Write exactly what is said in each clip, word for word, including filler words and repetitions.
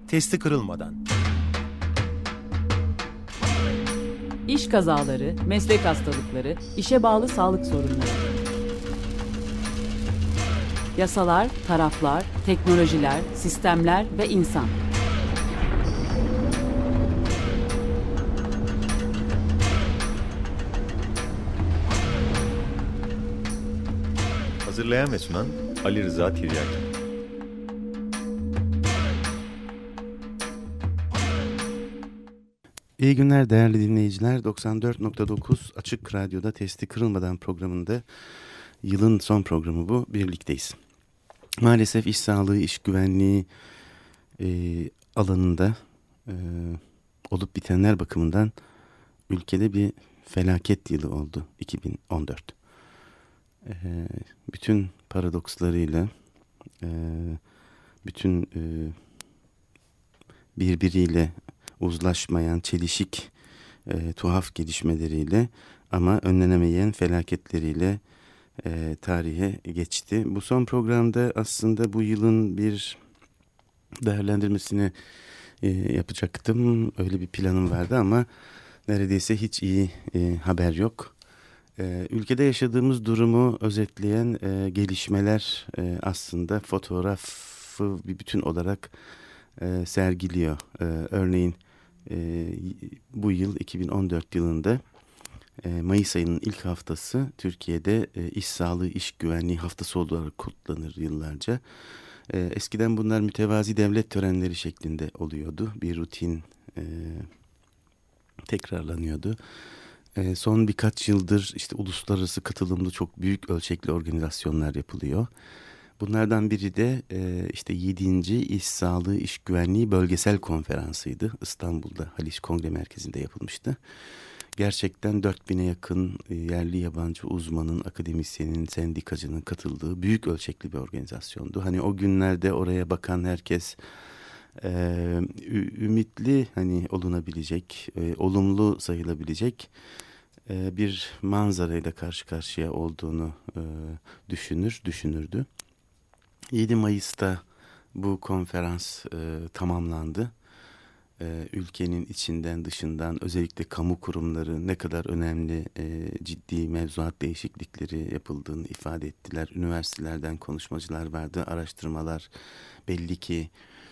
testi kırılmadan. İş kazaları, meslek hastalıkları, işe bağlı sağlık sorunları. Yasalar, taraflar, teknolojiler, sistemler ve insan. Hazırlayan ve sunan Ali Rıza Tiryaki. İyi günler değerli dinleyiciler. doksan dört nokta dokuz Açık Radyo'da Testi Kırılmadan programında yılın son programı bu. Birlikteyiz. Maalesef iş sağlığı, iş güvenliği e, alanında e, olup bitenler bakımından ülkede bir felaket yılı oldu iki bin on dört. E, bütün paradokslarıyla, e, bütün e, birbiriyle uzlaşmayan, çelişik, e, tuhaf gelişmeleriyle ama önlenemeyen felaketleriyle e, tarihe geçti. Bu son programda aslında bu yılın bir değerlendirmesini e, yapacaktım. Öyle bir planım vardı ama neredeyse hiç iyi e, haber yok. E, ülkede yaşadığımız durumu özetleyen e, gelişmeler e, aslında fotoğrafı bir bütün olarak e, sergiliyor. E, örneğin e, bu yıl iki bin on dört yılında e, Mayıs ayının ilk haftası Türkiye'de e, iş sağlığı, iş güvenliği haftası olarak kutlanır yıllarca. E, eskiden bunlar mütevazi devlet törenleri şeklinde oluyordu. Bir rutin e, tekrarlanıyordu. E, son birkaç yıldır işte uluslararası katılımlı çok büyük ölçekli organizasyonlar yapılıyor. Bunlardan biri de e, işte yedinci İş Sağlığı İş Güvenliği Bölgesel Konferansı'ydı. İstanbul'da Haliç Kongre Merkezi'nde yapılmıştı. Gerçekten dört bine yakın e, yerli yabancı uzmanın, akademisyenin, sendikacının katıldığı büyük ölçekli bir organizasyondu. Hani o günlerde oraya bakan herkes e, ü- ümitli hani olunabilecek, e, olumlu sayılabilecek e, bir manzarayla karşı karşıya olduğunu e, düşünür, düşünürdü. yedi Mayıs'ta bu konferans e, tamamlandı. E, ülkenin içinden dışından özellikle kamu kurumları ne kadar önemli e, ciddi mevzuat değişiklikleri yapıldığını ifade ettiler. Üniversitelerden konuşmacılar vardı, araştırmalar belli ki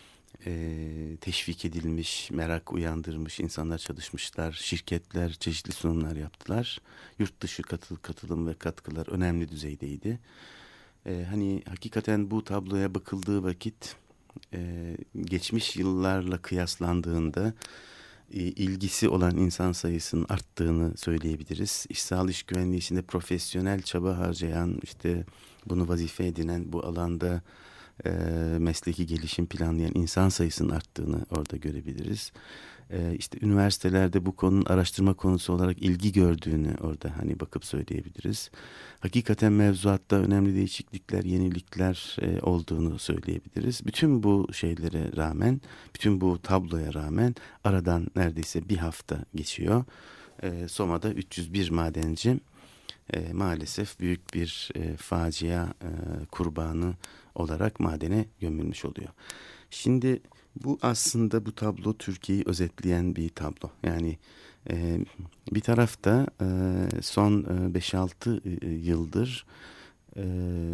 e, teşvik edilmiş, merak uyandırmış, insanlar çalışmışlar, şirketler çeşitli sunumlar yaptılar. Yurt dışı katıl, katılım ve katkılar önemli düzeydeydi. Ee, hani hakikaten bu tabloya bakıldığı vakit e, geçmiş yıllarla kıyaslandığında e, ilgisi olan insan sayısının arttığını söyleyebiliriz. İş sağlığı iş güvenliği içinde profesyonel çaba harcayan, işte bunu vazife edinen, bu alanda e, mesleki gelişim planlayan insan sayısının arttığını orada görebiliriz. E, işte üniversitelerde bu konunun araştırma konusu olarak ilgi gördüğünü orada hani bakıp söyleyebiliriz. Hakikaten mevzuatta önemli değişiklikler, yenilikler e, olduğunu söyleyebiliriz. Bütün bu şeylere rağmen, bütün bu tabloya rağmen aradan neredeyse bir hafta geçiyor. E, Soma'da üç yüz bir madenci e, maalesef büyük bir e, facia e, kurbanı olarak madene gömülmüş oluyor. Şimdi bu aslında bu tablo Türkiye'yi özetleyen bir tablo. Yani e, bir tarafta e, son e, beş altı e, yıldır e,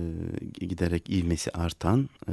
giderek ivmesi artan e,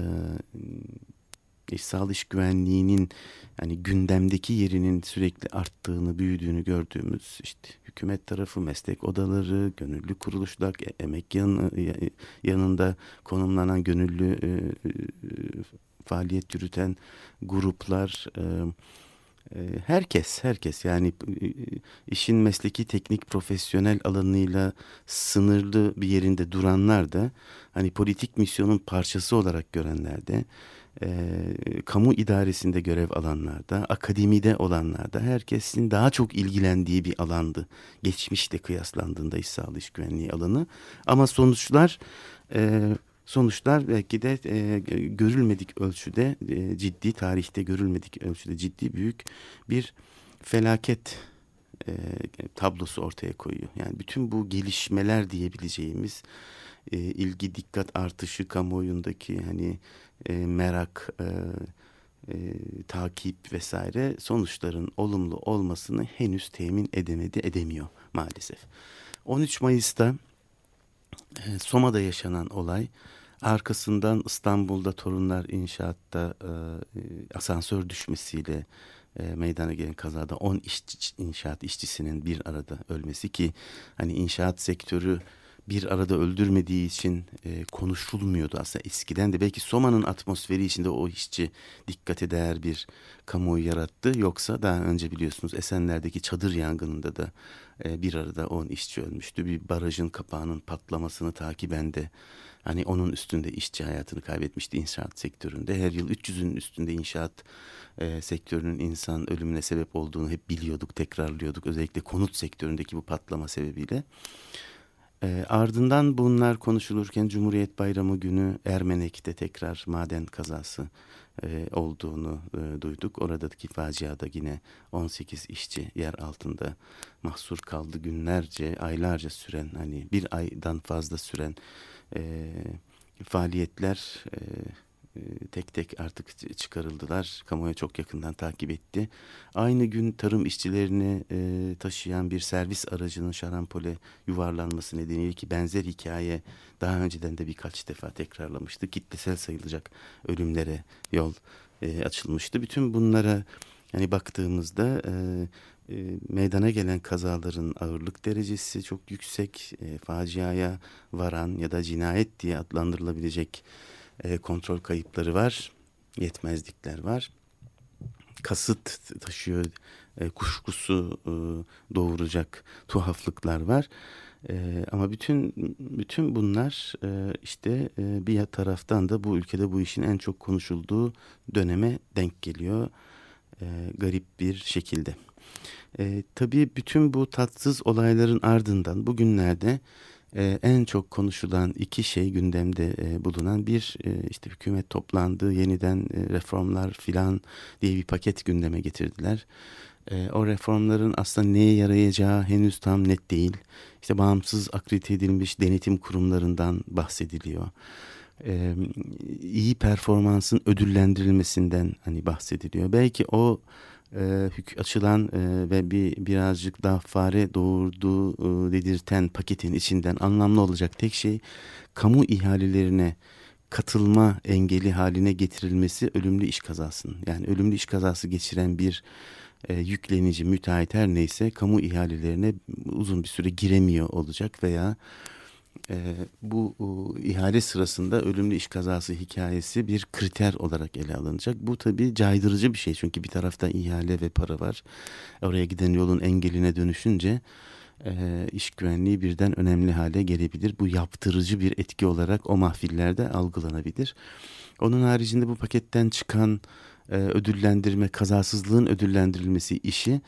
iş sağlığı iş güvenliğinin yani gündemdeki yerinin sürekli arttığını, büyüdüğünü gördüğümüz işte hükümet tarafı, meslek odaları, gönüllü kuruluşlar, emek yan, yanında konumlanan gönüllü e, e, faaliyet yürüten gruplar, e, e, herkes, herkes yani e, işin mesleki, teknik, profesyonel alanıyla sınırlı bir yerinde duranlar da hani politik misyonun parçası olarak görenler de e, kamu idaresinde görev alanlarda, akademide olanlarda herkesin daha çok ilgilendiği bir alandı. Geçmişte kıyaslandığında iş sağlığı iş güvenliği alanı. Ama sonuçlar e, sonuçlar belki de e, görülmedik ölçüde e, ciddi, tarihte görülmedik ölçüde ciddi büyük bir felaket e, tablosu ortaya koyuyor. Yani bütün bu gelişmeler diyebileceğimiz e, ilgi, dikkat artışı, kamuoyundaki hani e, merak, e, e, takip vesaire sonuçların olumlu olmasını henüz temin edemedi, edemiyor maalesef. on üç Mayıs'ta e, Soma'da yaşanan olay, arkasından İstanbul'da Torunlar İnşaat'ta e, asansör düşmesiyle e, meydana gelen kazada on iş, inşaat işçisinin bir arada ölmesi, ki hani inşaat sektörü bir arada öldürmediği için e, konuşulmuyordu aslında eskiden de. Belki Soma'nın atmosferi içinde o işçi dikkate değer bir kamuoyu yarattı. Yoksa daha önce biliyorsunuz Esenler'deki çadır yangınında da e, bir arada on işçi ölmüştü. Bir barajın kapağının patlamasını takiben de hani onun üstünde işçi hayatını kaybetmişti inşaat sektöründe. Her yıl üç yüzün üstünde inşaat e, sektörünün insan ölümüne sebep olduğunu hep biliyorduk, tekrarlıyorduk. Özellikle konut sektöründeki bu patlama sebebiyle. E, ardından bunlar konuşulurken Cumhuriyet Bayramı günü Ermenek'te tekrar maden kazası e, olduğunu e, duyduk. Oradaki faciada yine on sekiz işçi yer altında mahsur kaldı. Günlerce, aylarca süren, hani bir aydan fazla süren e, faaliyetler e, e, tek tek artık çıkarıldılar. Kamuoyu çok yakından takip etti. Aynı gün tarım işçilerini e, taşıyan bir servis aracının şarampole yuvarlanması nedeniyle, ki benzer hikaye daha önceden de birkaç defa tekrarlamıştı. Kitlesel sayılacak ölümlere yol e, açılmıştı. Bütün bunlara hani baktığımızda e, e, meydana gelen kazaların ağırlık derecesi çok yüksek, e, faciaya varan ya da cinayet diye adlandırılabilecek e, kontrol kayıpları var, yetmezlikler var. Kasıt taşıyor, e, kuşkusu e, doğuracak tuhaflıklar var. E, ama bütün bütün bunlar e, işte e, bir taraftan da bu ülkede bu işin en çok konuşulduğu döneme denk geliyor. E, garip bir şekilde. E, tabii bütün bu tatsız olayların ardından bugünlerde e, en çok konuşulan iki şey gündemde e, bulunan bir e, işte hükümet toplandı, yeniden e, reformlar filan diye bir paket gündeme getirdiler. E, o reformların aslında neye yarayacağı henüz tam net değil. İşte bağımsız akredite edilmiş denetim kurumlarından bahsediliyor. Ee, iyi performansın ödüllendirilmesinden hani bahsediliyor. Belki o e, hük açılan e, ve bir birazcık daha fare doğurduğu e, dedirten paketin içinden anlamlı olacak tek şey, kamu ihalelerine katılma engeli haline getirilmesi ölümlü iş kazasının. Yani ölümlü iş kazası geçiren bir e, yüklenici, müteahhit her neyse kamu ihalelerine uzun bir süre giremiyor olacak veya Ee, bu o, ihale sırasında ölümlü iş kazası hikayesi bir kriter olarak ele alınacak. Bu tabii caydırıcı bir şey, çünkü bir tarafta ihale ve para var. Oraya giden yolun engeline dönüşünce e, iş güvenliği birden önemli hale gelebilir. Bu yaptırıcı bir etki olarak o mahfillerde algılanabilir. Onun haricinde bu paketten çıkan e, ödüllendirme, kazasızlığın ödüllendirilmesi işi,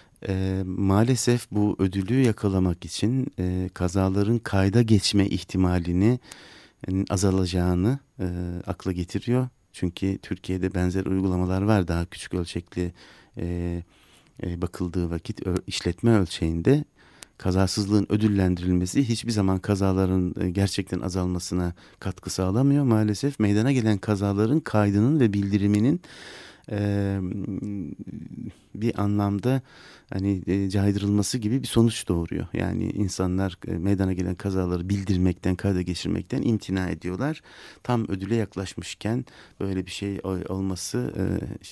E, maalesef bu ödülü yakalamak için e, kazaların kayda geçme ihtimalini e, azalacağını e, akla getiriyor. Çünkü Türkiye'de benzer uygulamalar var, daha küçük ölçekli e, e, bakıldığı vakit ö, işletme ölçeğinde kazasızlığın ödüllendirilmesi hiçbir zaman kazaların e, gerçekten azalmasına katkı sağlamıyor. Maalesef meydana gelen kazaların kaydının ve bildiriminin Ee, bir anlamda hani e, caydırılması gibi bir sonuç doğuruyor. Yani insanlar e, meydana gelen kazaları bildirmekten, kayda geçirmekten imtina ediyorlar. Tam ödüle yaklaşmışken böyle bir şey olması e,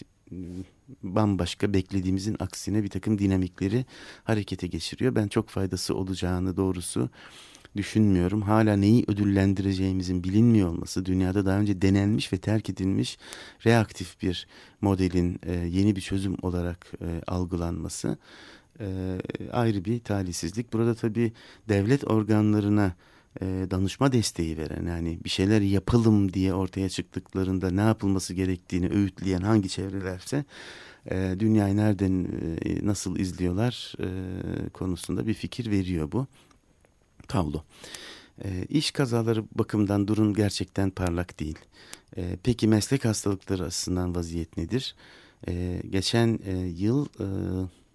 bambaşka, beklediğimizin aksine bir takım dinamikleri harekete geçiriyor. Ben çok faydası olacağını doğrusu düşünmüyorum. Hala neyi ödüllendireceğimizin bilinmiyor olması, dünyada daha önce denenmiş ve terk edilmiş reaktif bir modelin e, yeni bir çözüm olarak e, algılanması e, ayrı bir talihsizlik. Burada tabii devlet organlarına e, danışma desteği veren, yani bir şeyler yapalım diye ortaya çıktıklarında ne yapılması gerektiğini öğütleyen hangi çevrelerse e, dünyayı nereden e, nasıl izliyorlar e, konusunda bir fikir veriyor bu tablo. E, iş kazaları bakımından durum gerçekten parlak değil. E, peki meslek hastalıkları açısından vaziyet nedir? E, geçen e, yıl e,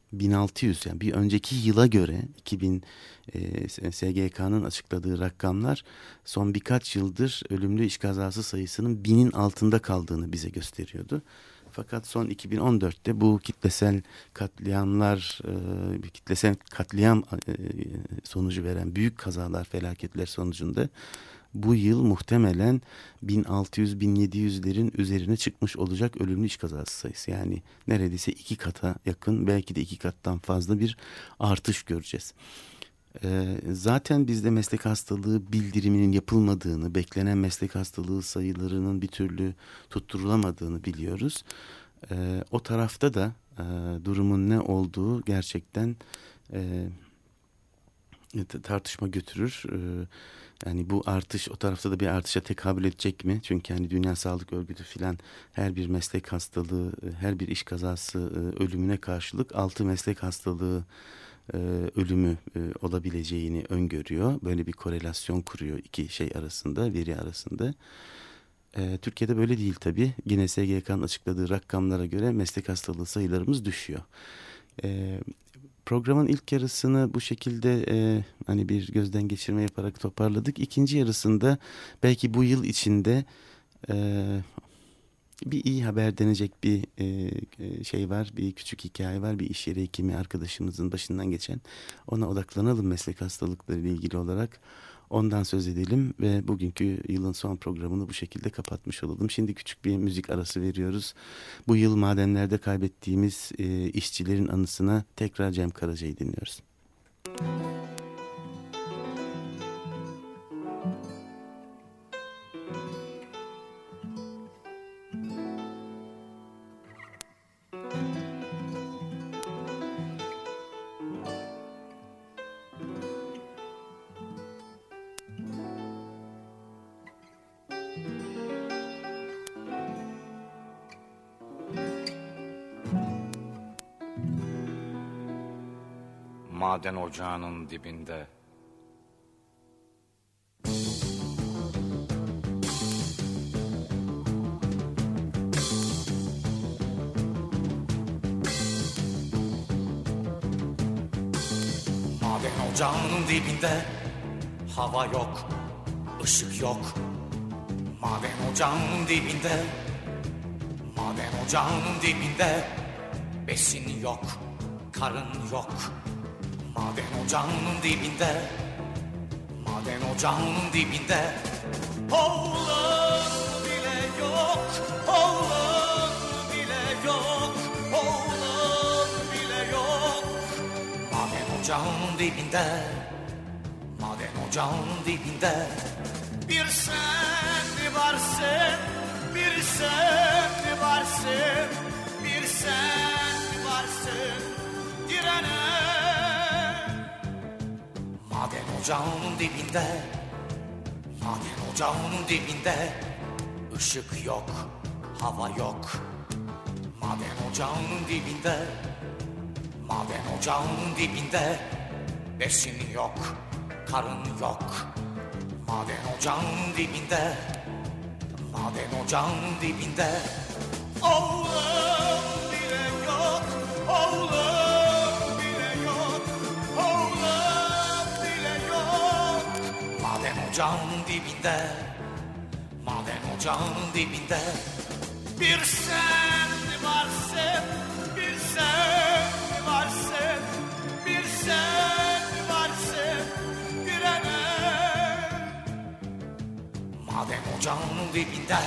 bin altı yüz, yani bir önceki yıla göre iki bin e, S G K'nın açıkladığı rakamlar son birkaç yıldır ölümlü iş kazası sayısının binin altında kaldığını bize gösteriyordu. Fakat son iki bin on dörtte bu kitlesel katliamlar, e, kitlesel katliam e, sonucu veren büyük kazalar, felaketler sonucunda bu yıl muhtemelen bin altı yüz bin yedi yüzlerin üzerine çıkmış olacak ölümlü iş kazası sayısı. Yani neredeyse iki kata yakın, belki de iki kattan fazla bir artış göreceğiz. Ee, zaten bizde meslek hastalığı bildiriminin yapılmadığını, beklenen meslek hastalığı sayılarının bir türlü tutturulamadığını biliyoruz. Ee, o tarafta da e, durumun ne olduğu gerçekten e, tartışma götürür. Ee, yani bu artış o tarafta da bir artışa tekabül edecek mi? Çünkü hani Dünya Sağlık Örgütü filan her bir meslek hastalığı, her bir iş kazası ölümüne karşılık altı meslek hastalığı ölümü olabileceğini öngörüyor. Böyle bir korelasyon kuruyor iki şey arasında, veri arasında. Türkiye'de böyle değil tabii. Yine S G K'nın açıkladığı rakamlara göre meslek hastalığı sayılarımız düşüyor. Programın ilk yarısını bu şekilde e, hani bir gözden geçirme yaparak toparladık. İkinci yarısında belki bu yıl içinde e, bir iyi haber denecek bir e, şey var, bir küçük hikaye var. Bir iş yeri hekimi arkadaşımızın başından geçen. Ona odaklanalım meslek hastalıkları ile ilgili olarak. Ondan söz edelim ve bugünkü yılın son programını bu şekilde kapatmış olalım. Şimdi küçük bir müzik arası veriyoruz. Bu yıl madenlerde kaybettiğimiz e, işçilerin anısına tekrar Cem Karaca'yı dinliyoruz. Maden ocağının dibinde Maden ocağının dibinde hava yok, ışık yok. Maden ocağının dibinde Maden ocağının dibinde besin yok, karın yok. Maden ocağının dibinde Maden ocağının dibinde oğlan bile yok, oğlan bile yok, oğlan bile yok. Maden ocağının dibinde Maden ocağının dibinde bir sen varsın, bir sen varsın, bir sen varsın direne. Maden ocağının dibinde Maden ocağının dibinde ışık yok, hava yok. Maden ocağının dibinde Maden ocağının dibinde besin yok, karın yok. Maden ocağının dibinde Maden ocağının dibinde oğlan bile yok, oğlan bile yok, oğlan bile yok. Maden ocağının dibinde Maden ocağının dibinde bir sen varsın, bir sen varsın, bir sen varsın direne. Maden ocağının dibinde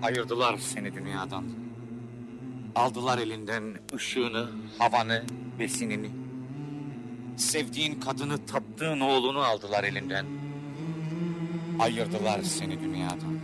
Ayırdılar seni dünyadan. Aldılar elinden ışığını, havanı, besinini. Sevdiğin kadını, taptığın oğlunu aldılar elinden. Ayırdılar seni dünyadan.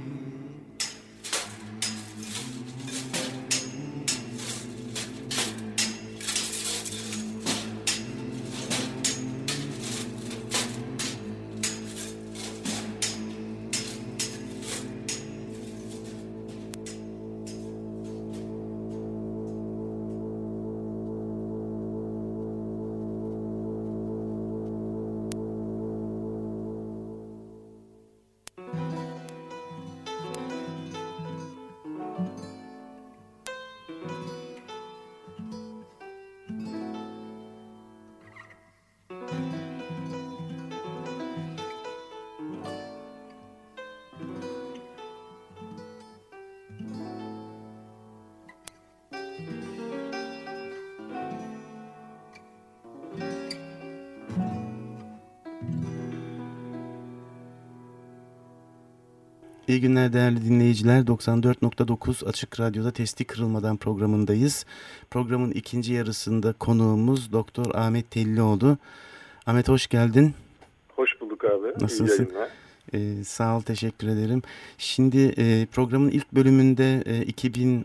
İyi günler değerli dinleyiciler. doksan dört nokta dokuz Açık Radyo'da Testi Kırılmadan programındayız. Programın ikinci yarısında konuğumuz Doktor Ahmet Tellioğlu. Ahmet hoş geldin. Hoş bulduk abi. Nasılsın? Ee, sağ ol, teşekkür ederim. Şimdi e, programın ilk bölümünde e, iki bin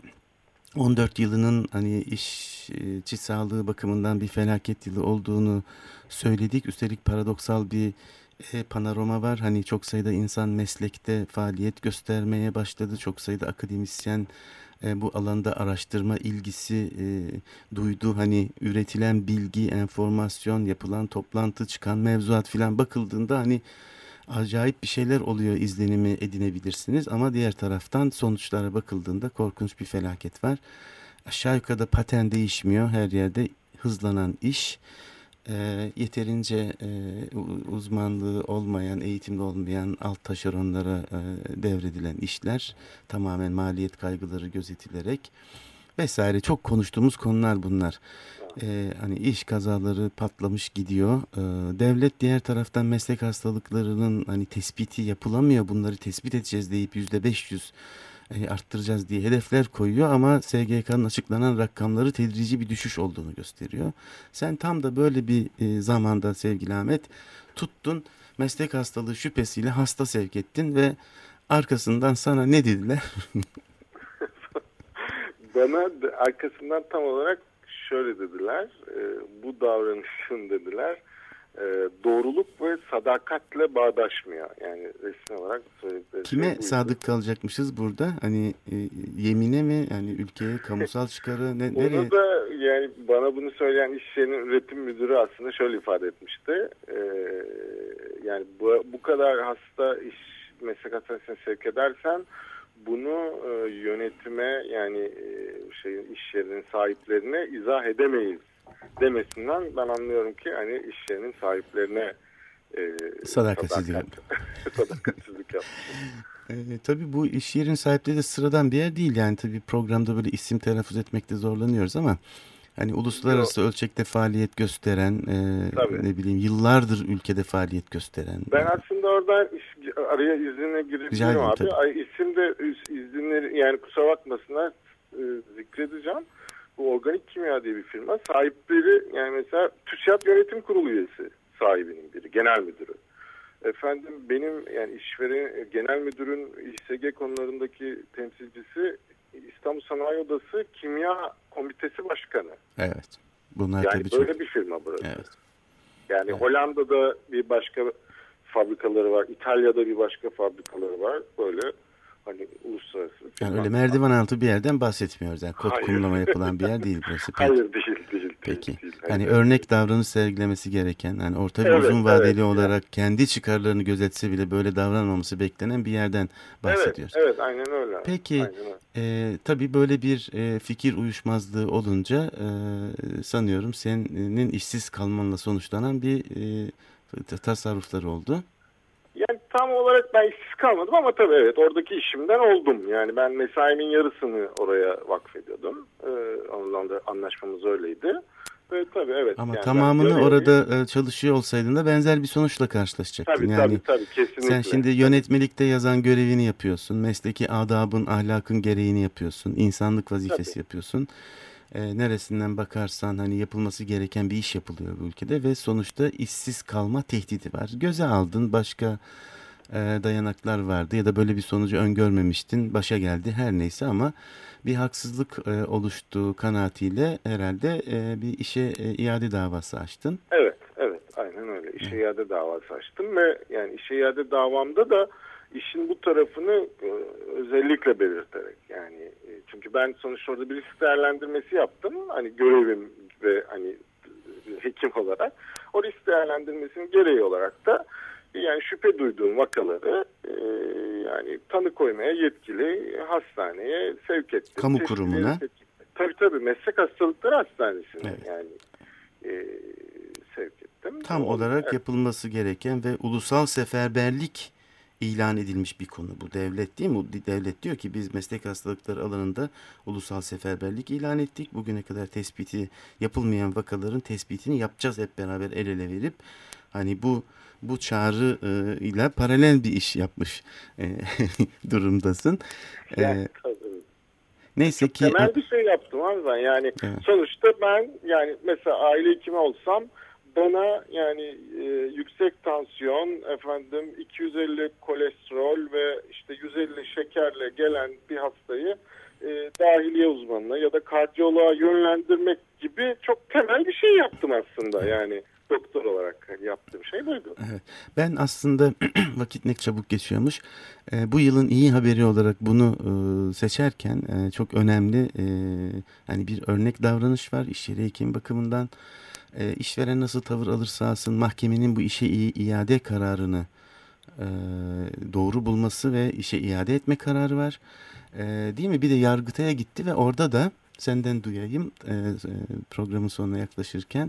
on dört yılının hani işçi sağlığı bakımından bir felaket yılı olduğunu söyledik. Üstelik paradoksal bir E, panorama var. Hani çok sayıda insan meslekte faaliyet göstermeye başladı. Çok sayıda akademisyen e, bu alanda araştırma ilgisi e, duydu. Hani üretilen bilgi, enformasyon, yapılan toplantı, çıkan mevzuat filan bakıldığında hani acayip bir şeyler oluyor izlenimi edinebilirsiniz. Ama diğer taraftan sonuçlara bakıldığında korkunç bir felaket var. Aşağı yukarıda patern değişmiyor. Her yerde hızlanan iş. E, yeterince e, uzmanlığı olmayan, eğitimli olmayan alt taşeronlara e, devredilen işler, tamamen maliyet kaygıları gözetilerek vesaire, çok konuştuğumuz konular bunlar. E, hani iş kazaları patlamış gidiyor. E, devlet diğer taraftan meslek hastalıklarının hani tespiti yapılamıyor, bunları tespit edeceğiz deyip yüzde beş yüz arttıracağız diye hedefler koyuyor ama S G K'nın açıklanan rakamları tedrici bir düşüş olduğunu gösteriyor. Sen tam da böyle bir e, zamanda sevgili Ahmet tuttun, meslek hastalığı şüphesiyle hasta sevk ettin ve arkasından sana ne dediler? Bana arkasından tam olarak şöyle dediler, e, bu davranışın dediler e, doğruluk ve sadakatle bağdaşmıyor. Yani resmi olarak söyledikleri Kime şey sadık kalacakmışız burada? Hani e, yemine mi? Yani ülkeye, kamusal çıkarı ne, nereye? Onu da yani bana bunu söyleyen iş yerinin üretim müdürü aslında şöyle ifade etmişti. E, yani bu, bu kadar hasta iş meslek hastanesine sevk edersen bunu e, yönetime yani e, şeyin iş yerinin sahiplerine izah edemeyiz demesinden ben anlıyorum ki hani iş yerinin sahiplerine e, sadakatsizlik yapmış. sadakatsizlik yapmış. E, tabii bu iş yerin sahipleri de sıradan bir yer değil. Yani tabii programda böyle isim telaffuz etmekte zorlanıyoruz ama hani uluslararası Yok. ölçekte faaliyet gösteren, e, ne bileyim yıllardır ülkede faaliyet gösteren. Ben aslında oradan iş, araya iznine girebilirim abi. Tabii. Ay, isim de izinleri yani kusura bakmasınlar e, zikredeceğim. Bu Organik Kimya diye bir firma. Sahipleri yani mesela TÜSİAD Yönetim Kurulu üyesi sahibinin biri, genel müdürü. Efendim benim yani işveren genel müdürün İ S G konularındaki temsilcisi İstanbul Sanayi Odası Kimya Komitesi Başkanı. Evet. Bunlar yani tabii böyle çok... bir firma burası. Evet. Yani evet. Hollanda'da bir başka fabrikaları var. İtalya'da bir başka fabrikaları var. Böyle hani uluslararası. Yani öyle merdiven altı bir yerden bahsetmiyoruz. Yani kod kumlama yapılan bir yer değil burası. Peki. Hayır değil değil. Peki. Değil, hani hayır. örnek davranış sergilemesi gereken, hani orta ve evet, uzun vadeli evet, olarak yani. kendi çıkarlarını gözetse bile böyle davranmaması beklenen bir yerden bahsediyoruz. Evet, evet aynen öyle. Peki aynen öyle. E, tabii böyle bir e, fikir uyuşmazlığı olunca e, sanıyorum senin işsiz kalmanla sonuçlanan bir e, tasarrufları oldu. Yani tam olarak ben işsiz kalmadım ama tabii evet oradaki işimden oldum. Yani ben mesaimin yarısını oraya vakfediyordum. Ee, ondan da anlaşmamız öyleydi. Ve tabii evet. Ama yani tamamını görevi... orada e, çalışıyor olsaydın da benzer bir sonuçla karşılaşacaktın. Tabii yani tabii tabii kesinlikle. Sen şimdi yönetmelikte yazan görevini yapıyorsun. Mesleki adabın, ahlakın gereğini yapıyorsun. İnsanlık vazifesi tabii. yapıyorsun. E, neresinden bakarsan hani yapılması gereken bir iş yapılıyor bu ülkede ve sonuçta işsiz kalma tehdidi var. Göze aldın, başka e, dayanaklar vardı ya da böyle bir sonucu öngörmemiştin, başa geldi her neyse ama bir haksızlık e, oluştuğu kanaatiyle herhalde e, bir işe e, iade davası açtın. Evet, evet, aynen öyle. İşe iade davası açtım ve yani işe iade davamda da işin bu tarafını e, özellikle belirterek yani e, çünkü ben sonuçta orada bir risk değerlendirmesi yaptım. Hani görevim ve hani hekim olarak o risk değerlendirmesinin gereği olarak da yani şüphe duyduğum vakaları e, yani tanı koymaya yetkili hastaneye sevk ettim. Kamu kurumuna. Tabii tabii meslek hastalıkları hastanesine evet. yani e, sevk ettim. Tam o, olarak evet. yapılması gereken ve ulusal seferberlik ilan edilmiş bir konu bu. Devlet değil mi? Devlet diyor ki biz meslek hastalıkları alanında ulusal seferberlik ilan ettik. Bugüne kadar tespiti yapılmayan vakaların tespitini yapacağız hep beraber el ele verip hani bu bu çağrı e, ile paralel bir iş yapmış e, durumdasın. Yani, e, neyse ki temel bir şey yaptım abi ben. Yani evet. Sonuçta ben yani mesela aile hekimi olsam bana yani e, yüksek tansiyon, efendim iki yüz elli kolesterol ve işte yüz elli şekerle gelen bir hastayı e, dahiliye uzmanına ya da kardiyoloğa yönlendirmek gibi çok temel bir şey yaptım aslında yani. Doktor olarak yaptığım şey buydu. Evet. Ben aslında vakit ne çabuk geçiyormuş. E, bu yılın iyi haberi olarak bunu e, seçerken e, çok önemli e, hani bir örnek davranış var iş yeri hekim bakımından. E, işveren nasıl tavır alırsa alsın mahkemenin bu işe iade kararını e, doğru bulması ve işe iade etme kararı var. E, değil mi? Bir de Yargıtay'a gitti ve orada da senden duyayım e, programın sonuna yaklaşırken.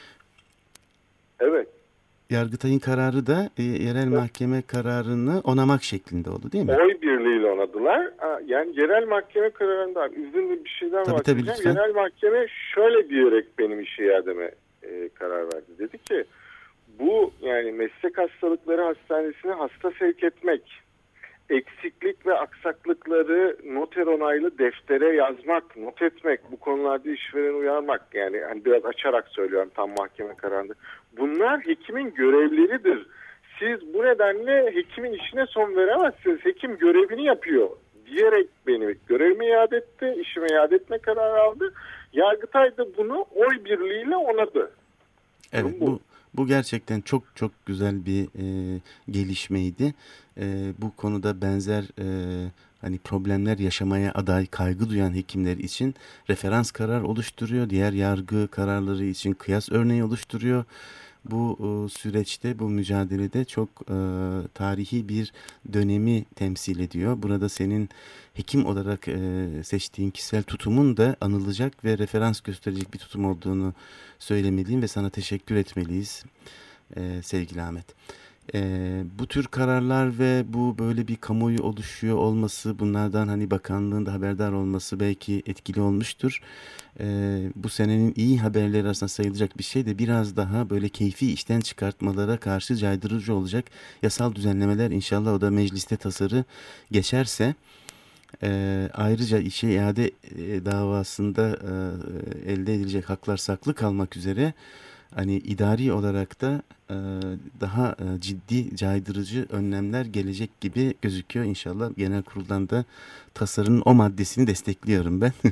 Evet. Yargıtay'ın kararı da e, yerel evet. mahkeme kararını onamak şeklinde oldu değil mi? Oy birliğiyle onadılar. Yani yerel mahkeme kararında izninle bir şeyden tabii, bahsedeceğim. Tabii, yerel mahkeme şöyle diyerek benim işe iademe e, karar verdi. Dedi ki bu yani meslek hastalıkları hastanesine hasta sevk etmek, eksiklik ve aksaklıkları noter onaylı deftere yazmak, not etmek, bu konularda işvereni uyarmak yani hani biraz açarak söylüyorum tam mahkeme kararında. Bunlar hekimin görevleridir. Siz bu nedenle hekimin işine son veremezsiniz. Hekim görevini yapıyor diyerek beni görevimi iade etti, işime iade etme kararı aldı. Yargıtay da bunu oy birliğiyle onadı. Evet bu. bu. Bu gerçekten çok çok güzel bir e, gelişmeydi. E, bu konuda benzer e, hani problemler yaşamaya aday kaygı duyan hekimler için referans karar oluşturuyor. Diğer yargı kararları için kıyas örneği oluşturuyor. Bu e, süreçte, bu mücadelede çok e, tarihi bir dönemi temsil ediyor. Burada senin hekim olarak e, seçtiğin kişisel tutumun da anılacak ve referans gösterecek bir tutum olduğunu söylemeliyim ve sana teşekkür etmeliyiz e, sevgili Ahmet. E, bu tür kararlar ve bu böyle bir kamuoyu oluşuyor olması, bunlardan hani bakanlığın da haberdar olması belki etkili olmuştur. E, bu senenin iyi haberleri arasında sayılacak bir şey de biraz daha böyle keyfi işten çıkartmalara karşı caydırıcı olacak yasal düzenlemeler inşallah o da mecliste tasarı geçerse. E, ayrıca işe iade e, davasında e, elde edilecek haklar saklı kalmak üzere hani idari olarak da e, daha e, ciddi caydırıcı önlemler gelecek gibi gözüküyor. İnşallah genel kuruldan da tasarının o maddesini destekliyorum ben.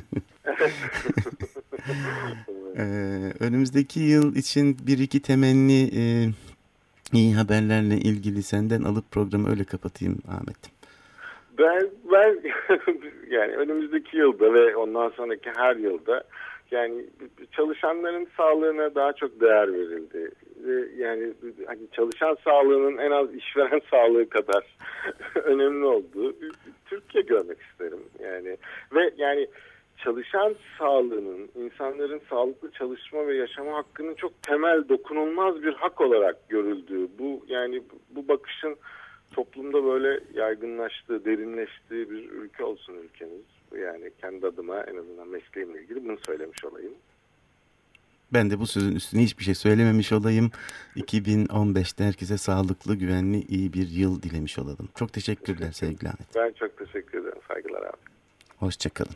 e, önümüzdeki yıl için bir iki temenni e, iyi haberlerle ilgili senden alıp programı öyle kapatayım Ahmet'im. Ben, ben yani önümüzdeki yılda ve ondan sonraki her yılda yani çalışanların sağlığına daha çok değer verildi. Ve yani hani çalışan sağlığının en az işveren sağlığı kadar önemli olduğu Türkiye görmek isterim. Yani ve yani çalışan sağlığının, insanların sağlıklı çalışma ve yaşama hakkının çok temel, dokunulmaz bir hak olarak görüldüğü, bu yani bu bakışın toplumda böyle yaygınlaştığı, derinleştiği bir ülke olsun ülkemiz. Yani kendi adıma en azından mesleğimle ilgili bunu söylemiş olayım. Ben de bu sözün üstüne hiçbir şey söylememiş olayım. iki bin on beşte herkese sağlıklı, güvenli, iyi bir yıl dilemiş olalım. Çok teşekkürler sevgili Ahmet. Ben çok teşekkür ederim. Saygılar abi. Hoşçakalın.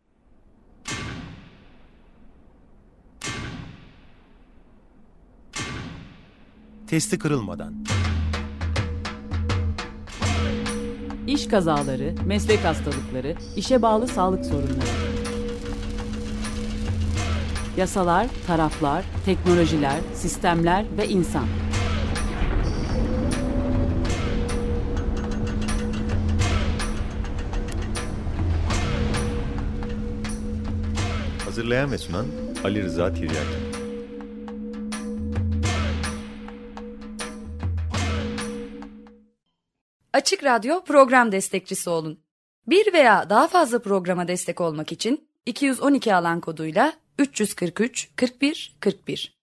Testi kırılmadan. İş kazaları, meslek hastalıkları, işe bağlı sağlık sorunları. Yasalar, taraflar, teknolojiler, sistemler ve insan. Hazırlayan ve sunan Ali Rıza Tiryaki. Açık Radyo program destekçisi olun. Bir veya daha fazla programa destek olmak için iki yüz on iki alan koduyla üç yüz kırk üç kırk bir kırk bir